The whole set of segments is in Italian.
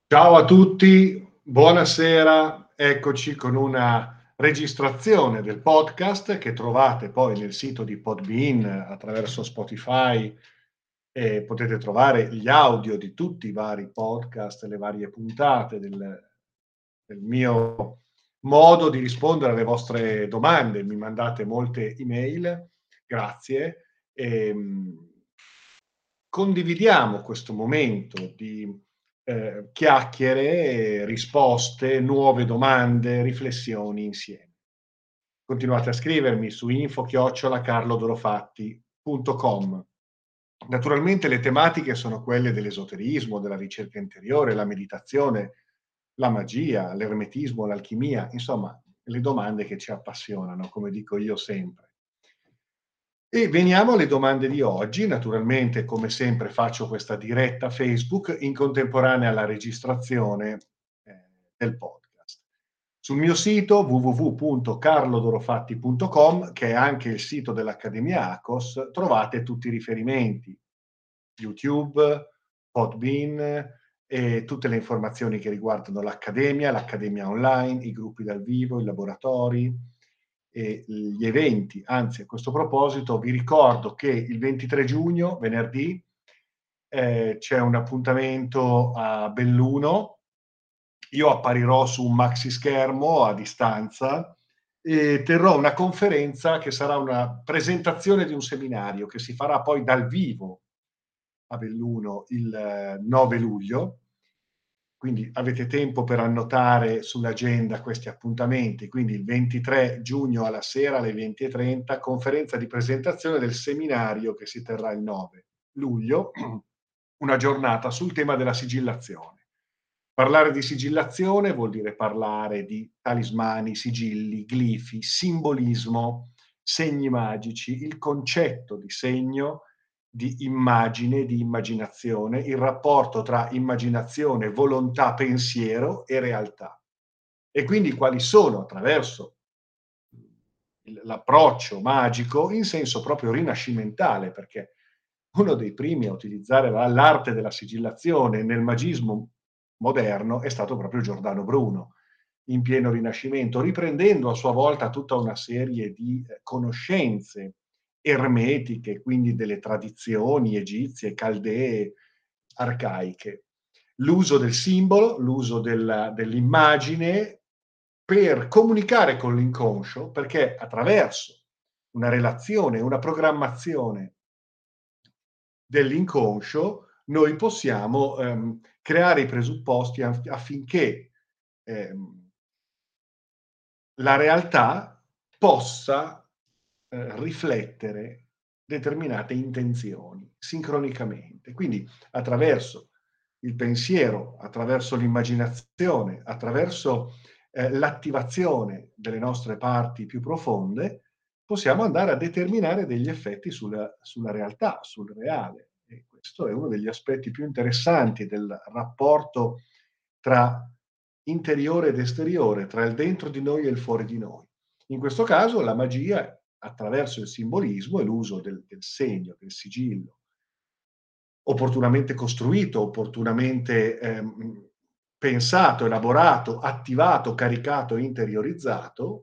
Ciao a tutti, buonasera, eccoci con una registrazione del podcast che trovate poi nel sito di Podbean attraverso Spotify e potete trovare gli audio di tutti i vari podcast, le varie puntate del mio modo di rispondere alle vostre domande. Mi mandate molte email, grazie. Condividiamo questo momento di chiacchiere, risposte, nuove domande, riflessioni insieme. Continuate a scrivermi su info@carlodorofatti.com. Naturalmente le tematiche sono quelle dell'esoterismo, della ricerca interiore, la meditazione, la magia, l'ermetismo, l'alchimia, insomma, le domande che ci appassionano, come dico io sempre. E veniamo alle domande di oggi. Naturalmente, come sempre, faccio questa diretta Facebook in contemporanea alla registrazione, del podcast. Sul mio sito www.carlodorofatti.com, che è anche il sito dell'Accademia ACOS, trovate tutti i riferimenti: YouTube, Podbean e tutte le informazioni che riguardano l'Accademia online, i gruppi dal vivo, i laboratori e gli eventi. Anzi, a questo proposito vi ricordo che il 23 giugno, venerdì, c'è un appuntamento a Belluno. Io apparirò su un maxi schermo a distanza e terrò una conferenza che sarà una presentazione di un seminario che si farà poi dal vivo a Belluno il 9 luglio. Quindi avete tempo per annotare sull'agenda questi appuntamenti. Quindi il 23 giugno alla sera alle 20:30, conferenza di presentazione del seminario che si terrà il 9 luglio, una giornata sul tema della sigillazione. Parlare di sigillazione vuol dire parlare di talismani, sigilli, glifi, simbolismo, segni magici, il concetto di segno, di immagine, di immaginazione, il rapporto tra immaginazione, volontà, pensiero e realtà. E quindi quali sono, attraverso l'approccio magico, in senso proprio rinascimentale, perché uno dei primi a utilizzare l'arte della sigillazione nel magismo moderno è stato proprio Giordano Bruno, in pieno Rinascimento, riprendendo a sua volta tutta una serie di conoscenze ermetiche, quindi delle tradizioni egizie, caldee, arcaiche. L'uso del simbolo, l'uso dell'immagine per comunicare con l'inconscio, perché attraverso una relazione, una programmazione dell'inconscio, noi possiamo creare i presupposti affinché la realtà possa riflettere determinate intenzioni sincronicamente. Quindi attraverso il pensiero, attraverso l'immaginazione, attraverso l'attivazione delle nostre parti più profonde, possiamo andare a determinare degli effetti sulla realtà, sul reale. E questo è uno degli aspetti più interessanti del rapporto tra interiore ed esteriore, tra il dentro di noi e il fuori di noi. In questo caso la magia, attraverso il simbolismo e l'uso del segno, del sigillo, opportunamente costruito, opportunamente pensato, elaborato, attivato, caricato e interiorizzato,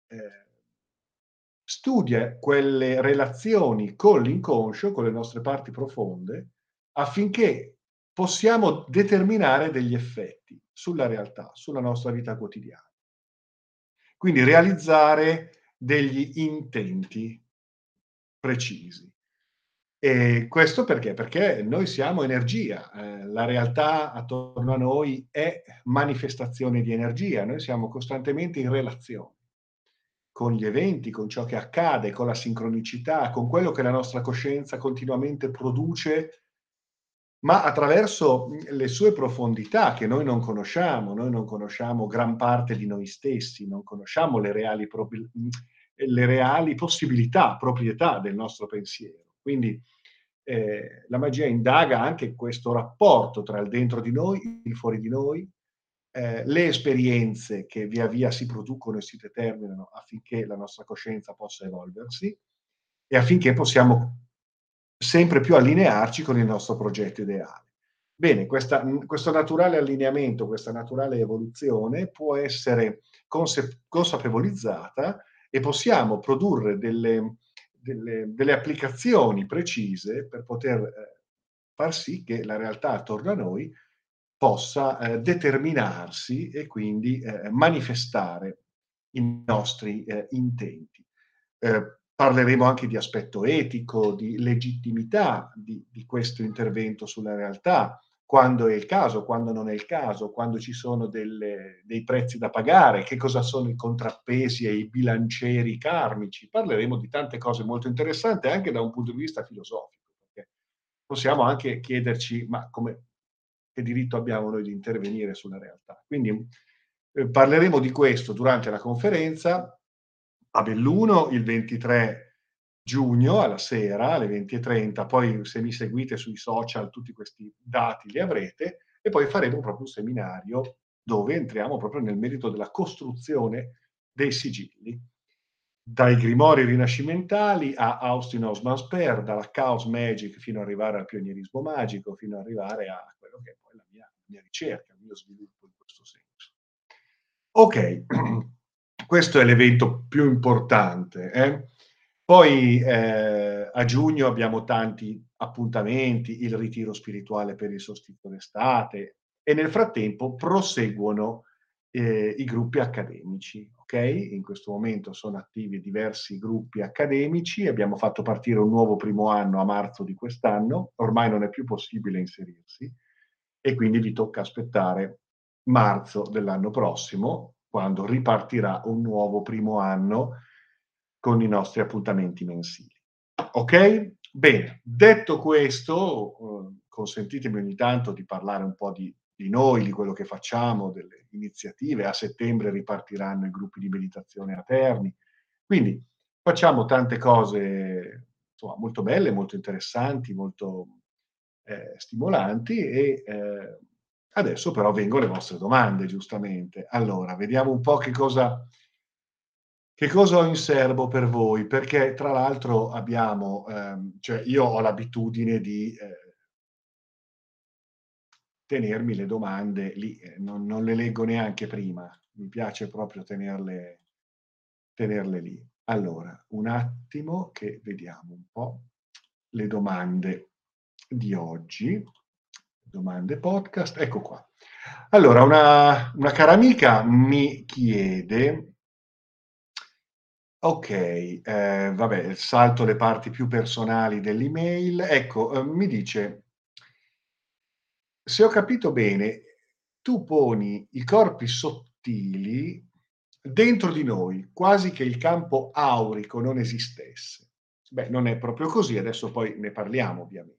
studia quelle relazioni con l'inconscio, con le nostre parti profonde, affinché possiamo determinare degli effetti sulla realtà, sulla nostra vita quotidiana. Quindi realizzare degli intenti precisi. E questo perché? Perché noi siamo energia, la realtà attorno a noi è manifestazione di energia, noi siamo costantemente in relazione con gli eventi, con ciò che accade, con la sincronicità, con quello che la nostra coscienza continuamente produce, ma attraverso le sue profondità che noi non conosciamo gran parte di noi stessi, non conosciamo le reali possibilità, proprietà del nostro pensiero. Quindi la magia indaga anche questo rapporto tra il dentro di noi, il fuori di noi, le esperienze che via via si producono e si determinano affinché la nostra coscienza possa evolversi e affinché possiamo sempre più allinearci con il nostro progetto ideale. Bene, questo naturale allineamento, questa naturale evoluzione può essere consapevolizzata e possiamo produrre delle applicazioni precise per poter far sì che la realtà attorno a noi possa determinarsi e quindi manifestare i nostri intenti. Parleremo anche di aspetto etico, di legittimità di questo intervento sulla realtà, quando è il caso, quando non è il caso, quando ci sono dei prezzi da pagare, che cosa sono i contrappesi e i bilancieri karmici. Parleremo di tante cose molto interessanti anche da un punto di vista filosofico, perché possiamo anche chiederci: ma che diritto abbiamo noi di intervenire sulla realtà? Quindi parleremo di questo durante la conferenza a Belluno il 23 giugno alla sera alle 20:30, poi se mi seguite sui social tutti questi dati li avrete, e poi faremo proprio un seminario dove entriamo proprio nel merito della costruzione dei sigilli, dai grimori rinascimentali a Austin Osman Spare, dalla Chaos Magic fino ad arrivare al pionierismo magico, fino ad arrivare a quello che è poi la mia ricerca, il mio sviluppo in questo senso. Ok, questo è l'evento più importante. Poi a giugno abbiamo tanti appuntamenti, il ritiro spirituale per il solstizio d'estate e nel frattempo proseguono i gruppi accademici. Ok? In questo momento sono attivi diversi gruppi accademici, abbiamo fatto partire un nuovo primo anno a marzo di quest'anno, ormai non è più possibile inserirsi e quindi vi tocca aspettare marzo dell'anno prossimo, quando ripartirà un nuovo primo anno con i nostri appuntamenti mensili. Ok? Bene, detto questo, consentitemi ogni tanto di parlare un po' di noi, di quello che facciamo, delle iniziative. A settembre ripartiranno i gruppi di meditazione a Terni. Quindi facciamo tante cose, insomma, molto belle, molto interessanti, molto stimolanti e adesso però vengono le vostre domande, giustamente. Allora, vediamo un po' che cosa ho in serbo per voi, perché tra l'altro abbiamo, cioè io ho l'abitudine di tenermi le domande lì, non le leggo neanche prima, mi piace proprio tenerle lì. Allora, un attimo che vediamo un po' le domande di oggi, domande podcast, ecco qua. Allora, una cara amica mi chiede, ok, vabbè, salto le parti più personali dell'email, ecco, mi dice, se ho capito bene, tu poni i corpi sottili dentro di noi, quasi che il campo aurico non esistesse. Beh, non è proprio così, adesso poi ne parliamo ovviamente.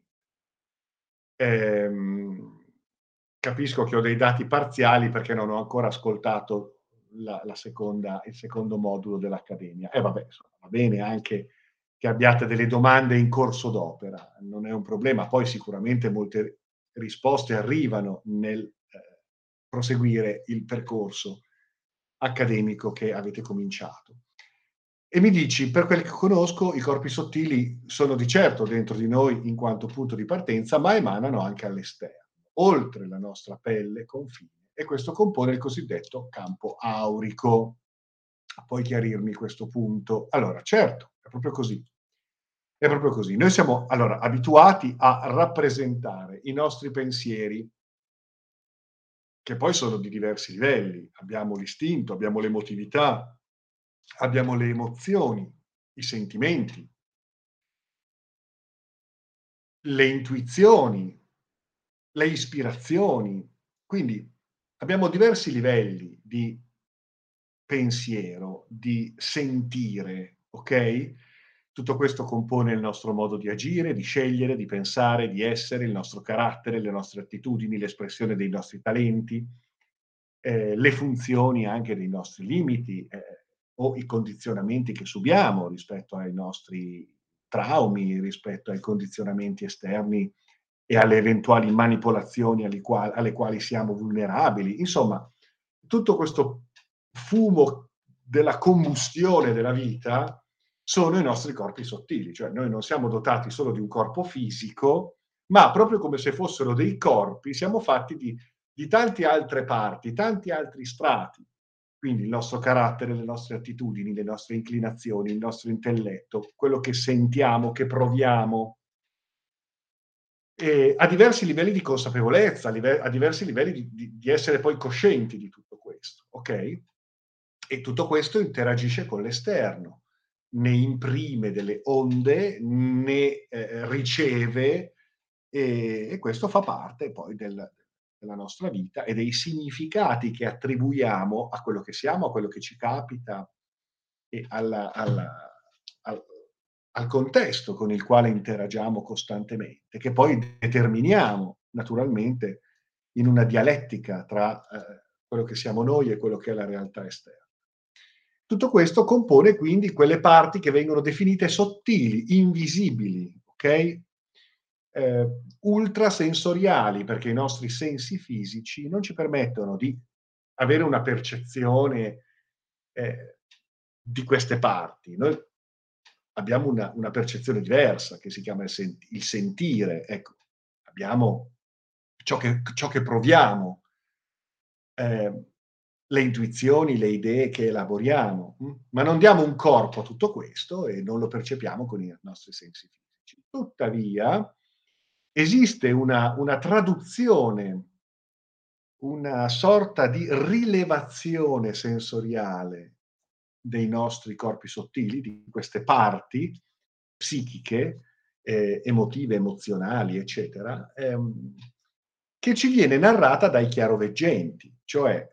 Ehm, Capisco che ho dei dati parziali perché non ho ancora ascoltato il secondo modulo dell'Accademia. E vabbè, insomma, va bene anche che abbiate delle domande in corso d'opera, non è un problema. Poi sicuramente molte risposte arrivano nel proseguire il percorso accademico che avete cominciato. E mi dici, per quel che conosco, i corpi sottili sono di certo dentro di noi in quanto punto di partenza, ma emanano anche all'esterno, oltre la nostra pelle confine, e questo compone il cosiddetto campo aurico. Puoi chiarirmi questo punto? Allora, certo, è proprio così. È proprio così. Noi siamo allora abituati a rappresentare i nostri pensieri, che poi sono di diversi livelli. Abbiamo l'istinto, abbiamo l'emotività, abbiamo le emozioni, i sentimenti, le intuizioni, le ispirazioni. Quindi abbiamo diversi livelli di pensiero, di sentire, ok? Tutto questo compone il nostro modo di agire, di scegliere, di pensare, di essere, il nostro carattere, le nostre attitudini, l'espressione dei nostri talenti, le funzioni anche dei nostri limiti, o i condizionamenti che subiamo rispetto ai nostri traumi, rispetto ai condizionamenti esterni e alle eventuali manipolazioni alle quali siamo vulnerabili. Insomma, tutto questo fumo della combustione della vita sono i nostri corpi sottili, cioè noi non siamo dotati solo di un corpo fisico, ma proprio come se fossero dei corpi, siamo fatti di tante altre parti, tanti altri strati. Quindi il nostro carattere, le nostre attitudini, le nostre inclinazioni, il nostro intelletto, quello che sentiamo, che proviamo, a diversi livelli di consapevolezza, a diversi livelli di essere poi coscienti di tutto questo, okay? E tutto questo interagisce con l'esterno, ne imprime delle onde, ne, riceve, e questo fa parte poi della nostra vita e dei significati che attribuiamo a quello che siamo, a quello che ci capita e al al contesto con il quale interagiamo costantemente, che poi determiniamo naturalmente in una dialettica tra, quello che siamo noi e quello che è la realtà esterna. Tutto questo compone quindi quelle parti che vengono definite sottili, invisibili, okay, ultrasensoriali, perché i nostri sensi fisici non ci permettono di avere una percezione, ehm, di queste parti. Noi abbiamo una percezione diversa che si chiama il sentire, ecco. Abbiamo ciò che proviamo, ehm, le intuizioni, le idee che elaboriamo, ma non diamo un corpo a tutto questo e non lo percepiamo con i nostri sensi fisici. Tuttavia, esiste una traduzione, una sorta di rilevazione sensoriale dei nostri corpi sottili, di queste parti psichiche, emotive, emozionali, eccetera, che ci viene narrata dai chiaroveggenti, cioè,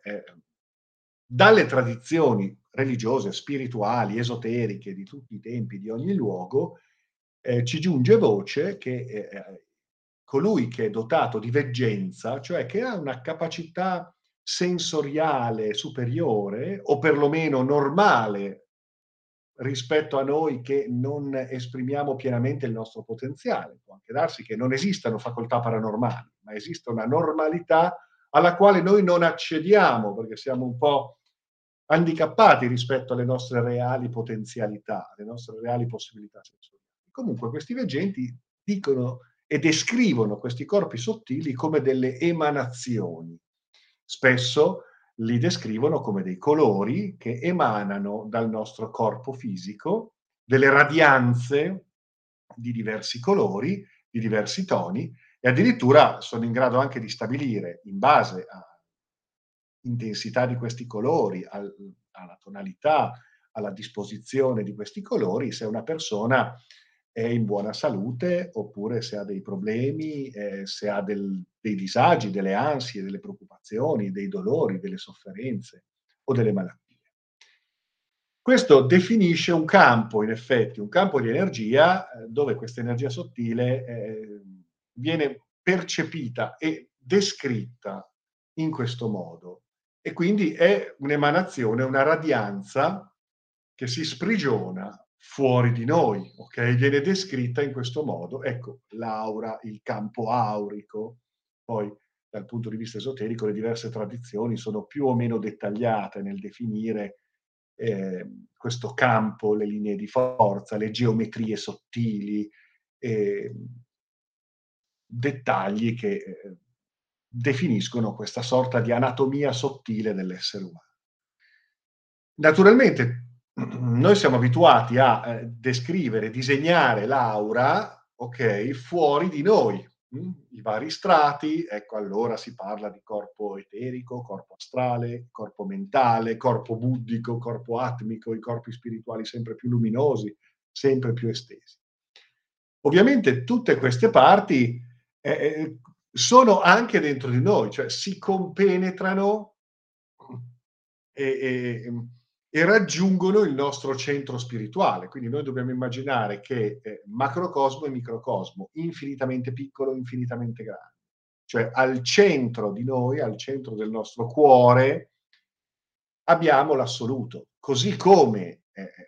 dalle tradizioni religiose, spirituali, esoteriche di tutti i tempi, di ogni luogo, ci giunge voce che, colui che è dotato di veggenza, cioè che ha una capacità sensoriale superiore, o perlomeno normale rispetto a noi che non esprimiamo pienamente il nostro potenziale. Può anche darsi che non esistano facoltà paranormali, ma esista una normalità alla quale noi non accediamo, perché siamo un po' handicappati rispetto alle nostre reali potenzialità, alle nostre reali possibilità sensoriali. Comunque questi veggenti dicono e descrivono questi corpi sottili come delle emanazioni. Spesso li descrivono come dei colori che emanano dal nostro corpo fisico, delle radianze di diversi colori, di diversi toni, e addirittura sono in grado anche di stabilire, in base a intensità di questi colori, alla tonalità, alla disposizione di questi colori, se una persona è in buona salute oppure se ha dei problemi, se ha dei disagi, delle ansie, delle preoccupazioni, dei dolori, delle sofferenze o delle malattie. Questo definisce un campo, in effetti, un campo di energia, dove questa energia sottile, viene percepita e descritta in questo modo. E quindi è un'emanazione, una radianza che si sprigiona fuori di noi, okay, viene descritta in questo modo. Ecco, l'aura, il campo aurico, poi dal punto di vista esoterico le diverse tradizioni sono più o meno dettagliate nel definire, questo campo, le linee di forza, le geometrie sottili, ehm, dettagli che, definiscono questa sorta di anatomia sottile dell'essere umano. Naturalmente noi siamo abituati a, descrivere, disegnare l'aura, okay, fuori di noi, i vari strati, ecco allora si parla di corpo eterico, corpo astrale, corpo mentale, corpo buddico, corpo atmico, i corpi spirituali sempre più luminosi, sempre più estesi. Ovviamente tutte queste parti, sono anche dentro di noi, cioè si compenetrano e e raggiungono il nostro centro spirituale. Quindi noi dobbiamo immaginare che, macrocosmo e microcosmo, infinitamente piccolo, infinitamente grande. Cioè al centro di noi, al centro del nostro cuore, abbiamo l'assoluto, così come,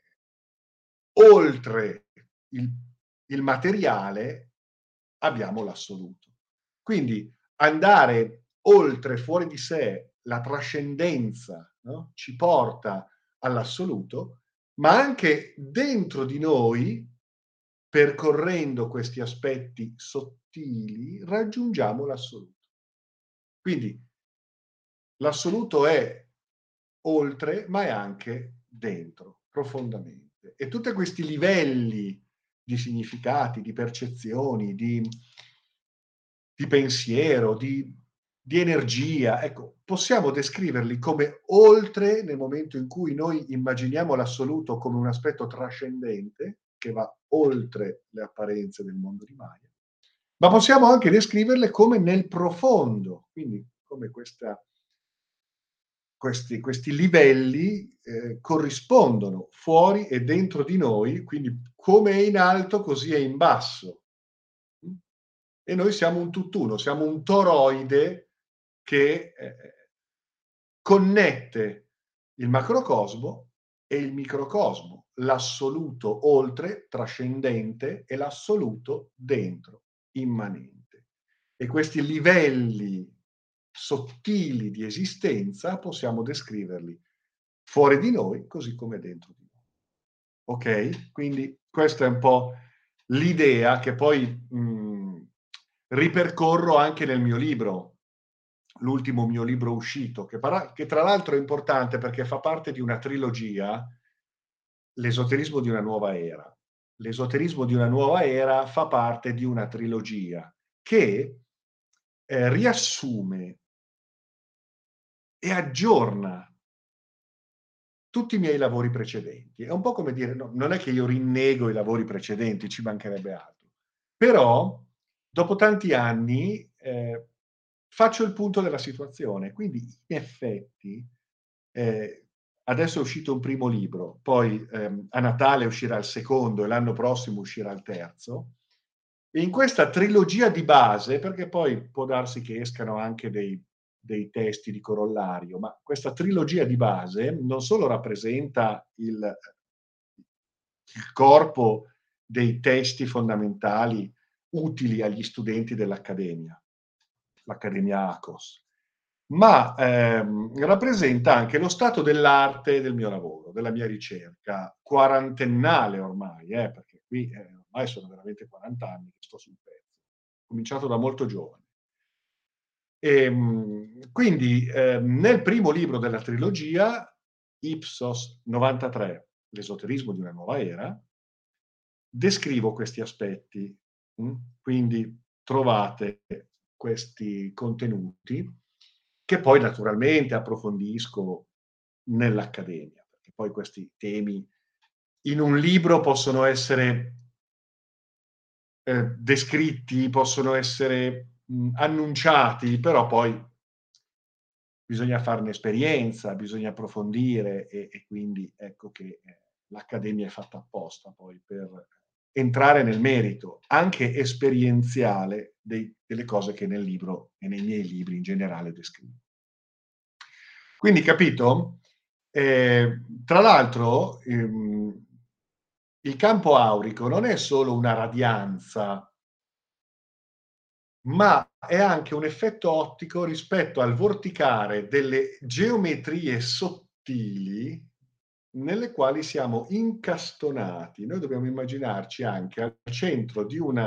oltre il il materiale abbiamo l'assoluto. Quindi andare oltre, fuori di sé, la trascendenza, no, ci porta all'assoluto, ma anche dentro di noi, percorrendo questi aspetti sottili raggiungiamo l'assoluto. Quindi l'assoluto è oltre, ma è anche dentro, profondamente. E tutti questi livelli di significati, di percezioni, di pensiero, di energia, ecco, possiamo descriverli come oltre nel momento in cui noi immaginiamo l'assoluto come un aspetto trascendente, che va oltre le apparenze del mondo di Maya, ma possiamo anche descriverle come nel profondo, quindi come questi livelli corrispondono fuori e dentro di noi, quindi come è in alto così è in basso. Mm? E noi siamo un tutt'uno, siamo un toroide che connette il macrocosmo e il microcosmo, l'assoluto oltre, trascendente, e l'assoluto dentro, immanente. E questi livelli sottili di esistenza possiamo descriverli fuori di noi, così come dentro di noi. Ok? Quindi questa è un po' l'idea che poi ripercorro anche nel mio libro, l'ultimo mio libro uscito, che tra l'altro è importante perché fa parte di una trilogia, L'esoterismo di una nuova era. L'esoterismo di una nuova era fa parte di una trilogia che riassume e aggiorna tutti i miei lavori precedenti. È un po' come dire, no, non è che io rinnego i lavori precedenti, ci mancherebbe altro. Però, dopo tanti anni, faccio il punto della situazione. Quindi, in effetti, adesso è uscito un primo libro, poi a Natale uscirà il secondo e l'anno prossimo uscirà il terzo. E in questa trilogia di base, perché poi può darsi che escano anche dei testi di corollario, ma questa trilogia di base non solo rappresenta il corpo dei testi fondamentali utili agli studenti dell'Accademia, l'Accademia ACOS, ma rappresenta anche lo stato dell'arte del mio lavoro, della mia ricerca, quarantennale ormai, perché qui ormai sono veramente 40 anni che sto sul pezzo. Ho cominciato da molto giovane. Quindi nel primo libro della trilogia, Ipsos 93, l'esoterismo di una nuova era, descrivo questi aspetti. Quindi trovate questi contenuti che poi naturalmente approfondisco nell'Accademia, perché poi questi temi in un libro possono essere descritti, possono essere annunciati, però poi bisogna farne esperienza, bisogna approfondire e quindi ecco che l'Accademia è fatta apposta poi per entrare nel merito, anche esperienziale, delle cose che nel libro e nei miei libri in generale descrivo. Quindi capito? Tra l'altro il campo aurico non è solo una radianza, ma è anche un effetto ottico rispetto al vorticare delle geometrie sottili nelle quali siamo incastonati. Noi dobbiamo immaginarci anche al centro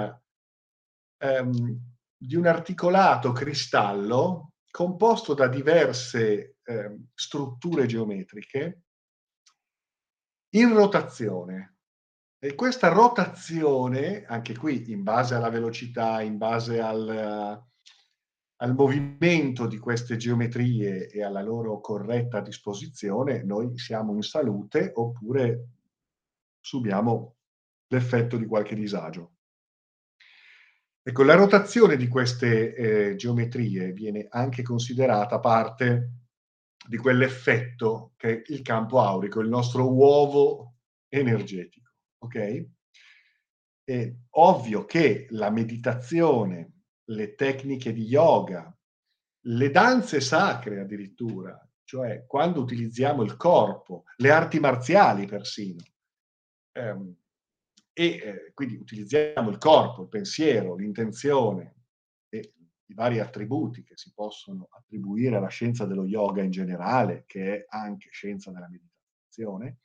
ehm, di un articolato cristallo composto da diverse strutture geometriche in rotazione. E questa rotazione, anche qui in base alla velocità, in base al movimento di queste geometrie e alla loro corretta disposizione, noi siamo in salute oppure subiamo l'effetto di qualche disagio. Ecco, la rotazione di queste geometrie viene anche considerata parte di quell'effetto che è il campo aurico, il nostro uovo energetico, ok? È ovvio che la meditazione, le tecniche di yoga, le danze sacre addirittura, cioè quando utilizziamo il corpo, le arti marziali persino, ehm, quindi utilizziamo il corpo, il pensiero, l'intenzione e i vari attributi che si possono attribuire alla scienza dello yoga in generale, che è anche scienza della meditazione.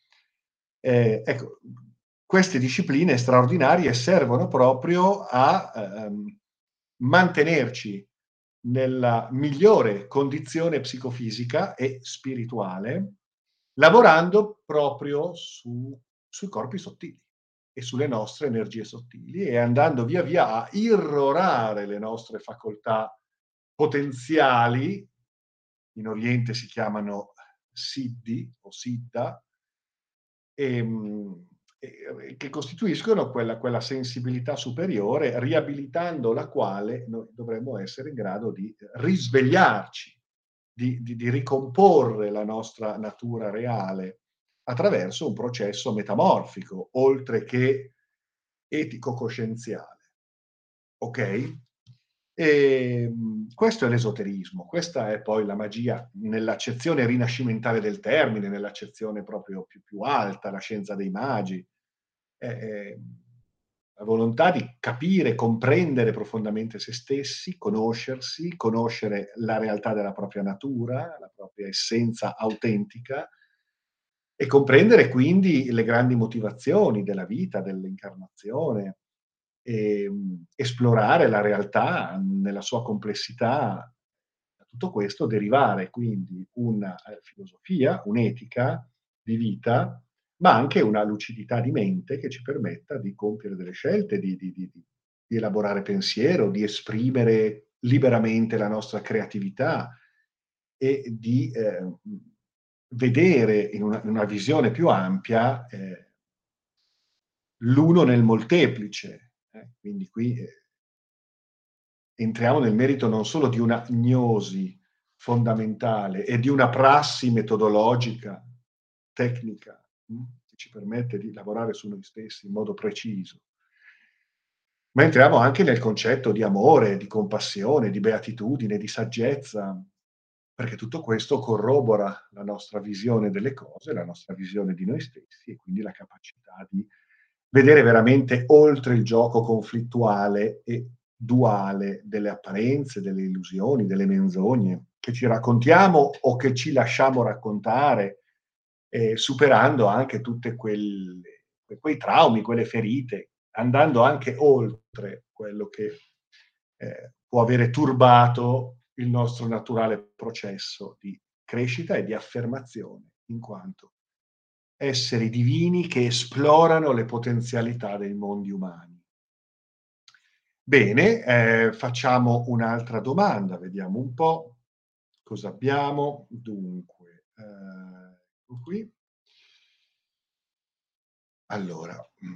Ecco, queste discipline straordinarie servono proprio a mantenerci nella migliore condizione psicofisica e spirituale, lavorando proprio sui corpi sottili e sulle nostre energie sottili e andando via via a irrorare le nostre facoltà potenziali, in Oriente si chiamano siddhi o siddha, ehm, che costituiscono quella sensibilità superiore, riabilitando la quale noi dovremmo essere in grado di risvegliarci, di ricomporre la nostra natura reale attraverso un processo metamorfico, oltre che etico-coscienziale. Okay? Questo è l'esoterismo, questa è poi la magia nell'accezione rinascimentale del termine, nell'accezione proprio più alta, la scienza dei magi. La volontà di capire, comprendere profondamente se stessi, conoscersi, conoscere la realtà della propria natura, la propria essenza autentica e comprendere quindi le grandi motivazioni della vita, dell'incarnazione, esplorare la realtà nella sua complessità. Da tutto questo derivare quindi una, filosofia, un'etica di vita, ma anche una lucidità di mente che ci permetta di compiere delle scelte, di elaborare pensiero, di esprimere liberamente la nostra creatività e di, vedere in una visione più ampia, l'uno nel molteplice, quindi qui, entriamo nel merito non solo di una gnosi fondamentale e di una prassi metodologica, tecnica, che ci permette di lavorare su noi stessi in modo preciso, ma entriamo anche nel concetto di amore, di compassione, di beatitudine, di saggezza, perché tutto questo corrobora la nostra visione delle cose, la nostra visione di noi stessi e quindi la capacità di vedere veramente oltre il gioco conflittuale e duale delle apparenze, delle illusioni, delle menzogne che ci raccontiamo o che ci lasciamo raccontare, superando anche tutte quei traumi, quelle ferite, andando anche oltre quello che, può avere turbato il nostro naturale processo di crescita e di affermazione in quanto esseri divini che esplorano le potenzialità dei mondi umani. Bene, facciamo un'altra domanda, vediamo un po' cosa abbiamo. Dunque, ecco qui. Allora,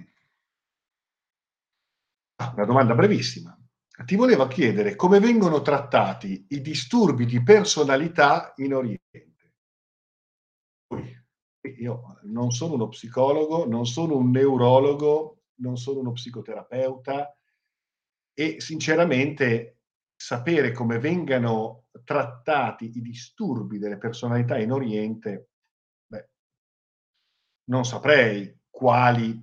una domanda brevissima. Ti volevo chiedere come vengono trattati i disturbi di personalità in Oriente. Poi, io non sono uno psicologo, non sono un neurologo, non sono uno psicoterapeuta e sinceramente sapere come vengano trattati i disturbi delle personalità in Oriente, beh, non saprei quali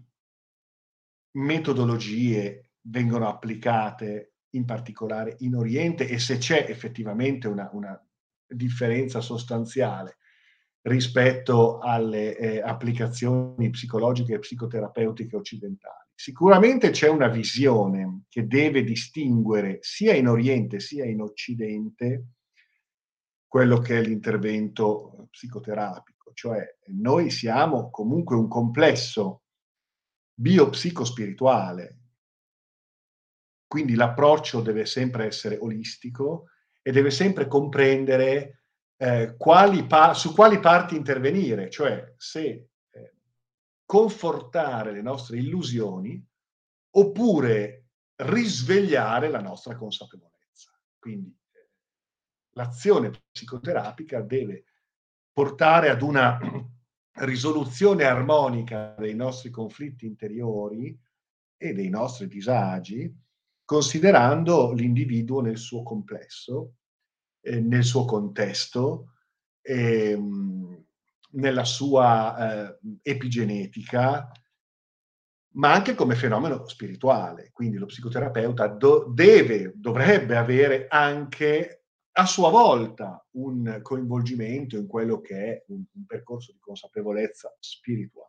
metodologie vengono applicate in particolare in Oriente e se c'è effettivamente una differenza sostanziale rispetto alle, applicazioni psicologiche e psicoterapeutiche occidentali. Sicuramente c'è una visione che deve distinguere sia in Oriente sia in Occidente quello che è l'intervento psicoterapico, cioè noi siamo comunque un complesso biopsicospirituale, quindi l'approccio deve sempre essere olistico e deve sempre comprendere, su quali parti intervenire, cioè se, confortare le nostre illusioni oppure risvegliare la nostra consapevolezza. Quindi, l'azione psicoterapica deve portare ad una risoluzione armonica dei nostri conflitti interiori e dei nostri disagi, considerando l'individuo nel suo complesso, nel suo contesto, nella sua, epigenetica, ma anche come fenomeno spirituale. Quindi lo psicoterapeuta dovrebbe avere anche a sua volta un coinvolgimento in quello che è un percorso di consapevolezza spirituale.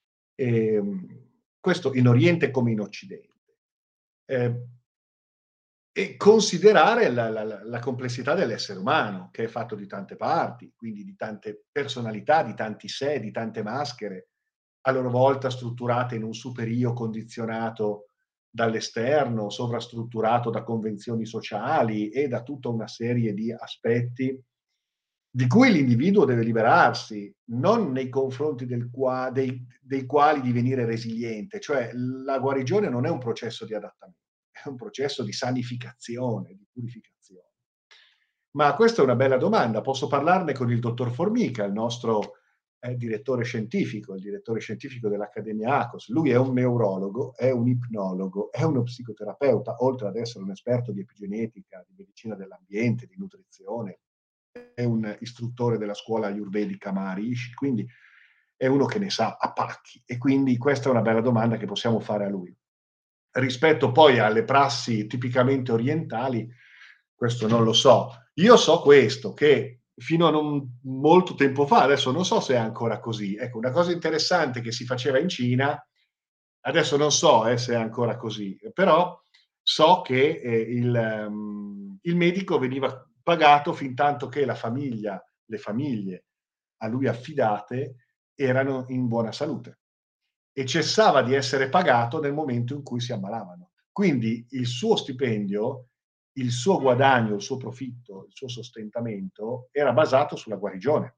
Questo in Oriente come in Occidente. Ehm, e considerare la complessità dell'essere umano, che è fatto di tante parti, quindi di tante personalità, di tanti sé, di tante maschere, a loro volta strutturate in un super io condizionato dall'esterno, sovrastrutturato da convenzioni sociali e da tutta una serie di aspetti di cui l'individuo deve liberarsi, non nei confronti dei quali divenire resiliente. Cioè, la guarigione non è un processo di adattamento, è un processo di sanificazione, di purificazione. Ma questa è una bella domanda. Posso parlarne con il dottor Formica, il nostro direttore scientifico, il direttore scientifico dell'Accademia ACOS. Lui è un neurologo, è un ipnologo, è uno psicoterapeuta, oltre ad essere un esperto di epigenetica, di medicina dell'ambiente, di nutrizione, è un istruttore della scuola ayurvedica Maharishi, quindi è uno che ne sa a pacchi. E quindi questa è una bella domanda che possiamo fare a lui. Rispetto poi alle prassi tipicamente orientali, questo non lo so. Io so questo, che fino a non molto tempo fa, adesso non so se è ancora così, ecco, una cosa interessante che si faceva in Cina, adesso non so se è ancora così, però so che il medico veniva pagato fintanto che le famiglie a lui affidate erano in buona salute e cessava di essere pagato nel momento in cui si ammalavano. Quindi il suo stipendio, il suo guadagno, il suo profitto, il suo sostentamento era basato sulla guarigione.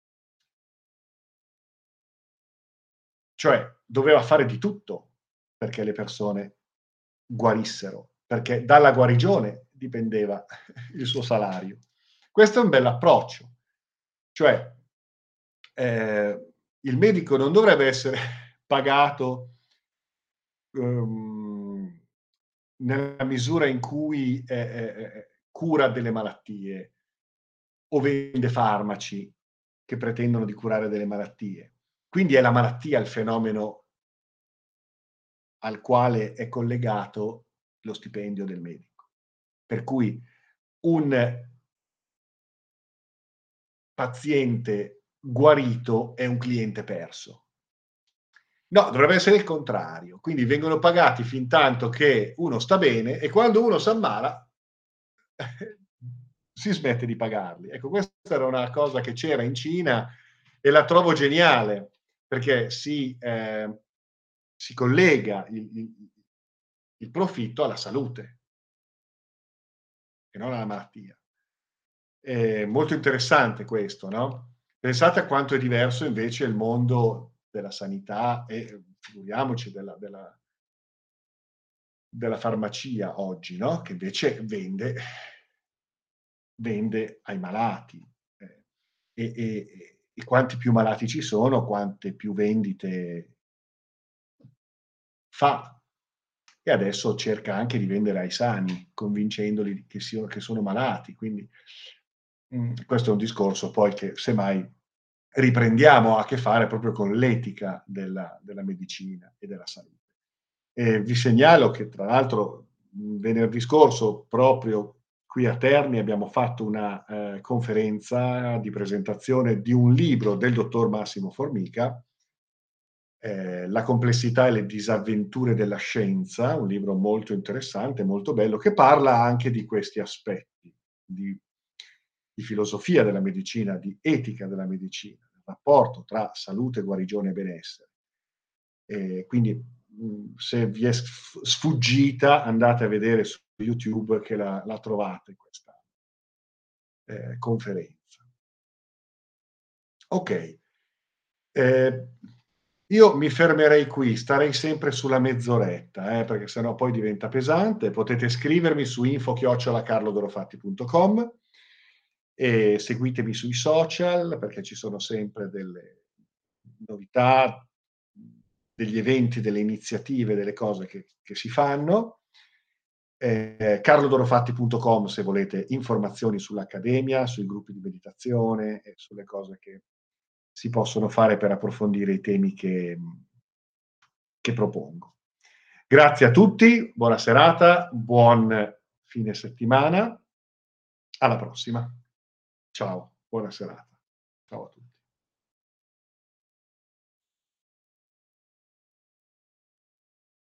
Cioè doveva fare di tutto perché le persone guarissero, perché dalla guarigione dipendeva il suo salario. Questo è un bell'approccio. Cioè, il medico non dovrebbe essere pagato, uhm, nella misura in cui, cura delle malattie o vende farmaci che pretendono di curare delle malattie. Quindi è la malattia il fenomeno al quale è collegato lo stipendio del medico. Per cui un paziente guarito è un cliente perso. No, dovrebbe essere il contrario. Quindi vengono pagati fintanto che uno sta bene e quando uno s'ammala si smette di pagarli. Ecco, questa era una cosa che c'era in Cina e la trovo geniale perché si collega il profitto alla salute e non alla malattia. È molto interessante questo, no? Pensate a quanto è diverso invece il mondo della sanità e figuriamoci della farmacia oggi, no? Che invece vende ai malati. E quanti più malati ci sono, quante più vendite fa. E adesso cerca anche di vendere ai sani, convincendoli che sono malati. Quindi questo è un discorso poi che semmai riprendiamo, ha a che fare proprio con l'etica della medicina e della salute. Vi segnalo che tra l'altro venerdì scorso, proprio qui a Terni, abbiamo fatto una conferenza di presentazione di un libro del dottor Massimo Formica, La complessità e le disavventure della scienza, un libro molto interessante, molto bello, che parla anche di questi aspetti di filosofia della medicina, di etica della medicina, il rapporto tra salute, guarigione e benessere. Quindi se vi è sfuggita andate a vedere su YouTube che la trovate questa conferenza. Ok, io mi fermerei qui, starei sempre sulla mezz'oretta, perché sennò poi diventa pesante. Potete scrivermi su info@carlodorofatti.com e seguitemi sui social perché ci sono sempre delle novità, degli eventi, delle iniziative, delle cose che si fanno. carlodorofatti.com se volete informazioni sull'Accademia, sui gruppi di meditazione e sulle cose che si possono fare per approfondire i temi che propongo. Grazie a tutti, buona serata, buon fine settimana. Alla prossima. Ciao, buona serata. Ciao a tutti.